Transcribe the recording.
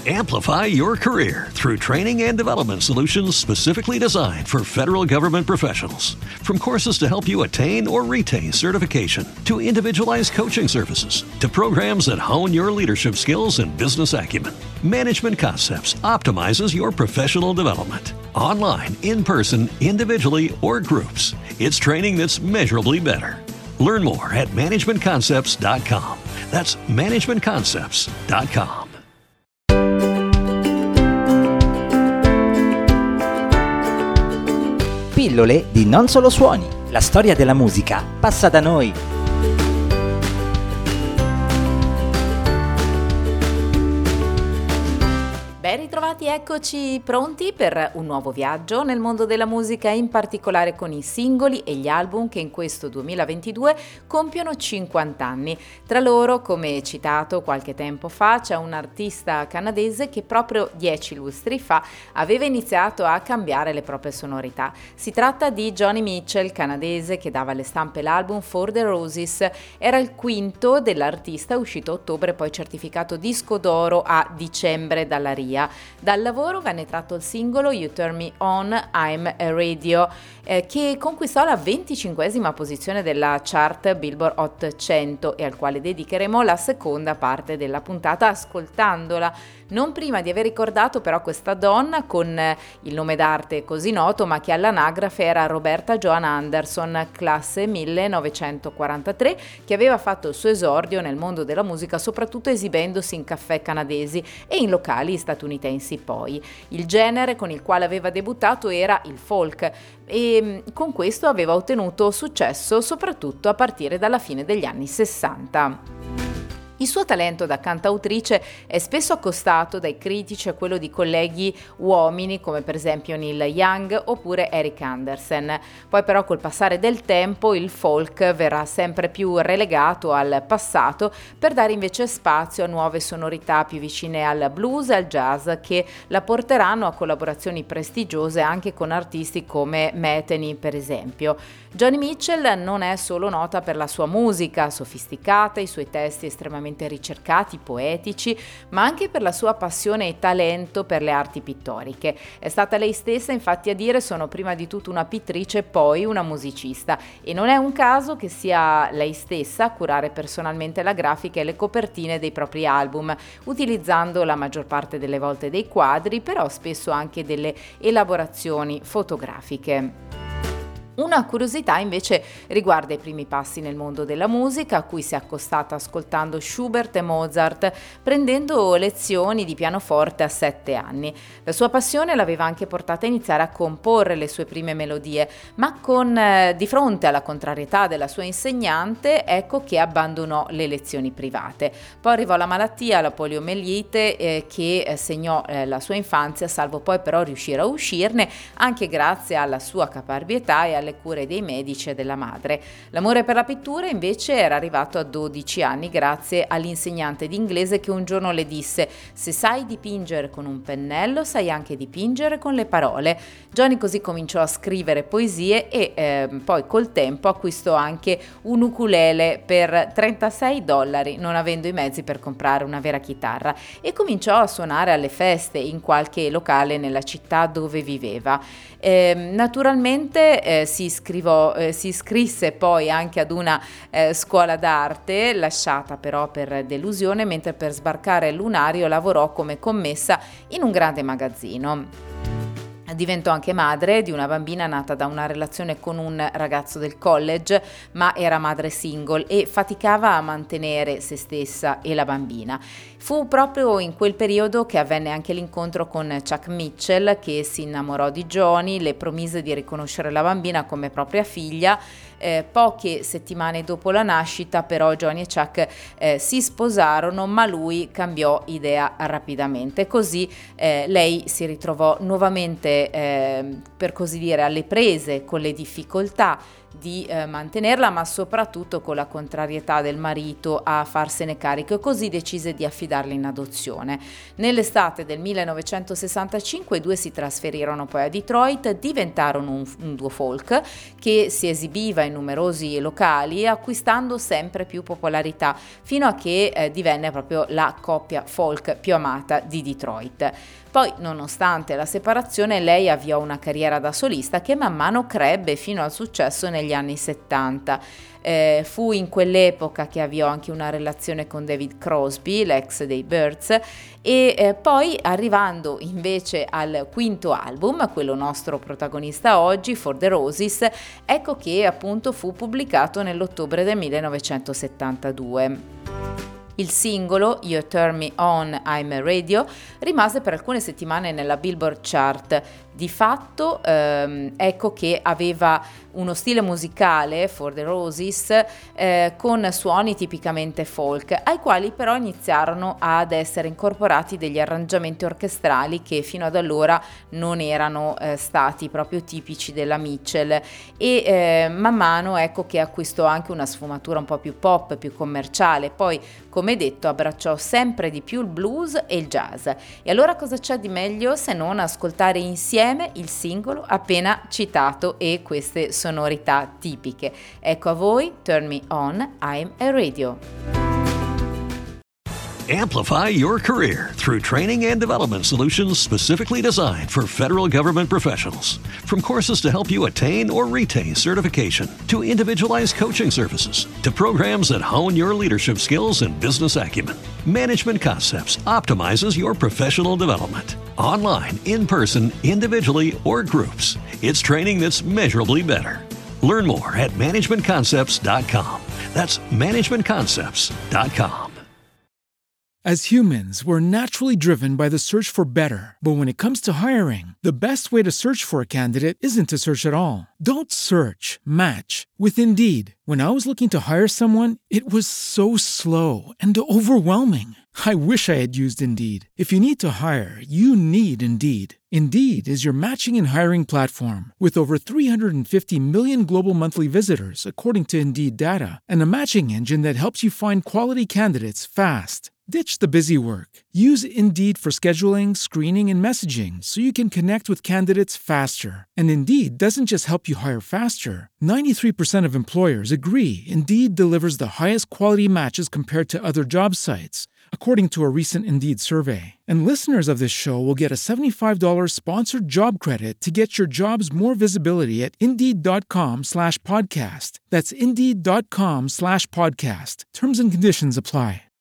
Amplify your career through training and development solutions specifically designed for federal government professionals. From courses to help you attain or retain certification, to individualized coaching services, to programs that hone your leadership skills and business acumen, Management Concepts optimizes your professional development. Online, in person, individually, or groups, it's training that's measurably better. Learn more at managementconcepts.com. That's managementconcepts.com. Pillole di Non Solo Suoni. La storia della musica passa da noi. Ben ritrovati, eccoci pronti per un nuovo viaggio nel mondo della musica, in particolare con i singoli e gli album che in questo 2022 compiono 50 anni. Tra loro, come citato qualche tempo fa, c'è un artista canadese che proprio 10 lustri fa aveva iniziato a cambiare le proprie sonorità. Si tratta di Joni Mitchell, canadese, che dava alle stampe l'album For the Roses. Era il quinto dell'artista, uscito a ottobre, poi certificato disco d'oro a dicembre dalla RIA. Dal lavoro venne tratto il singolo You Turn Me On, I'm a Radio, che conquistò la 25esima posizione della chart Billboard Hot 100 e al quale dedicheremo la seconda parte della puntata ascoltandola. Non prima di aver ricordato però questa donna con il nome d'arte così noto, ma che all'anagrafe era Roberta Joan Anderson, classe 1943, che aveva fatto il suo esordio nel mondo della musica soprattutto esibendosi in caffè canadesi e in locali statunitensi poi. Il genere con il quale aveva debuttato era il folk e con questo aveva ottenuto successo soprattutto a partire dalla fine degli anni 60. Il suo talento da cantautrice è spesso accostato dai critici a quello di colleghi uomini come per esempio Neil Young oppure Eric Andersen. Poi però col passare del tempo il folk verrà sempre più relegato al passato per dare invece spazio a nuove sonorità più vicine al blues e al jazz che la porteranno a collaborazioni prestigiose anche con artisti come Metheny per esempio. Joni Mitchell non è solo nota per la sua musica sofisticata, i suoi testi estremamente ricercati, poetici, ma anche per la sua passione e talento per le arti pittoriche. È stata lei stessa infatti a dire: sono prima di tutto una pittrice e poi una musicista, e non è un caso che sia lei stessa a curare personalmente la grafica e le copertine dei propri album, utilizzando la maggior parte delle volte dei quadri, però spesso anche delle elaborazioni fotografiche. Una curiosità invece riguarda i primi passi nel mondo della musica, a cui si è accostata ascoltando Schubert e Mozart, prendendo lezioni di pianoforte a 7 anni. La sua passione l'aveva anche portata a iniziare a comporre le sue prime melodie, ma di fronte alla contrarietà della sua insegnante, ecco che abbandonò le lezioni private. Poi arrivò la malattia, la poliomielite, che segnò la sua infanzia, salvo poi però riuscire a uscirne, anche grazie alla sua caparbietà e alle cure dei medici e della madre. L'amore per la pittura invece era arrivato a 12 anni grazie all'insegnante di inglese che un giorno le disse: se sai dipingere con un pennello sai anche dipingere con le parole. Joni così cominciò a scrivere poesie e poi col tempo acquistò anche un ukulele per $36, non avendo i mezzi per comprare una vera chitarra, e cominciò a suonare alle feste in qualche locale nella città dove viveva. Naturalmente si iscrisse poi anche ad una scuola d'arte, lasciata però per delusione, mentre per sbarcare il lunario lavorò come commessa in un grande magazzino. Diventò anche madre di una bambina nata da una relazione con un ragazzo del college, ma era madre single e faticava a mantenere se stessa e la bambina. Fu proprio in quel periodo che avvenne anche l'incontro con Chuck Mitchell, che si innamorò di Joni, le promise di riconoscere la bambina come propria figlia. Poche settimane dopo la nascita però Joni e Chuck si sposarono, ma lui cambiò idea rapidamente, così lei si ritrovò nuovamente per così dire alle prese con le difficoltà di mantenerla, ma soprattutto con la contrarietà del marito a farsene carico, e così decise di affidarla in adozione. Nell'estate del 1965 i due si trasferirono poi a Detroit, diventarono un duo folk che si esibiva in numerosi locali, acquistando sempre più popolarità, fino a che divenne proprio la coppia folk più amata di Detroit. Poi, nonostante la separazione, lei avviò una carriera da solista che man mano crebbe fino al successo negli anni 70. Fu in quell'epoca che avviò anche una relazione con David Crosby, l'ex dei Byrds, e poi, arrivando invece al quinto album, quello nostro protagonista oggi, For the Roses, ecco che appunto fu pubblicato nell'ottobre del 1972. Il singolo You Turn Me On, I'm a Radio rimase per alcune settimane nella Billboard Chart. Di fatto ecco che aveva uno stile musicale, For the Roses, con suoni tipicamente folk, ai quali però iniziarono ad essere incorporati degli arrangiamenti orchestrali che fino ad allora non erano stati proprio tipici della Mitchell, e man mano ecco che acquistò anche una sfumatura un po' più pop, più commerciale. Poi, come detto, abbracciò sempre di più il blues e il jazz. E allora cosa c'è di meglio se non ascoltare insieme il singolo appena citato e queste sonorità tipiche. Ecco a voi Turn Me On, I'm a Radio. Amplify your career through training and development solutions specifically designed for federal government professionals. From courses to help you attain or retain certification, to individualized coaching services, to programs that hone your leadership skills and business acumen, Management Concepts optimizes your professional development. Online, in person, individually, or groups, it's training that's measurably better. Learn more at managementconcepts.com. That's managementconcepts.com. As humans, we're naturally driven by the search for better. But when it comes to hiring, the best way to search for a candidate isn't to search at all. Don't search, match with Indeed. When I was looking to hire someone, it was so slow and overwhelming. I wish I had used Indeed. If you need to hire, you need Indeed. Indeed is your matching and hiring platform with over 350 million global monthly visitors, according to Indeed data, and a matching engine that helps you find quality candidates fast. Ditch the busy work. Use Indeed for scheduling, screening, and messaging so you can connect with candidates faster. And Indeed doesn't just help you hire faster. 93% of employers agree Indeed delivers the highest quality matches compared to other job sites, according to a recent Indeed survey. And listeners of this show will get a $75 sponsored job credit to get your jobs more visibility at Indeed.com/podcast. That's Indeed.com/podcast. Terms and conditions apply.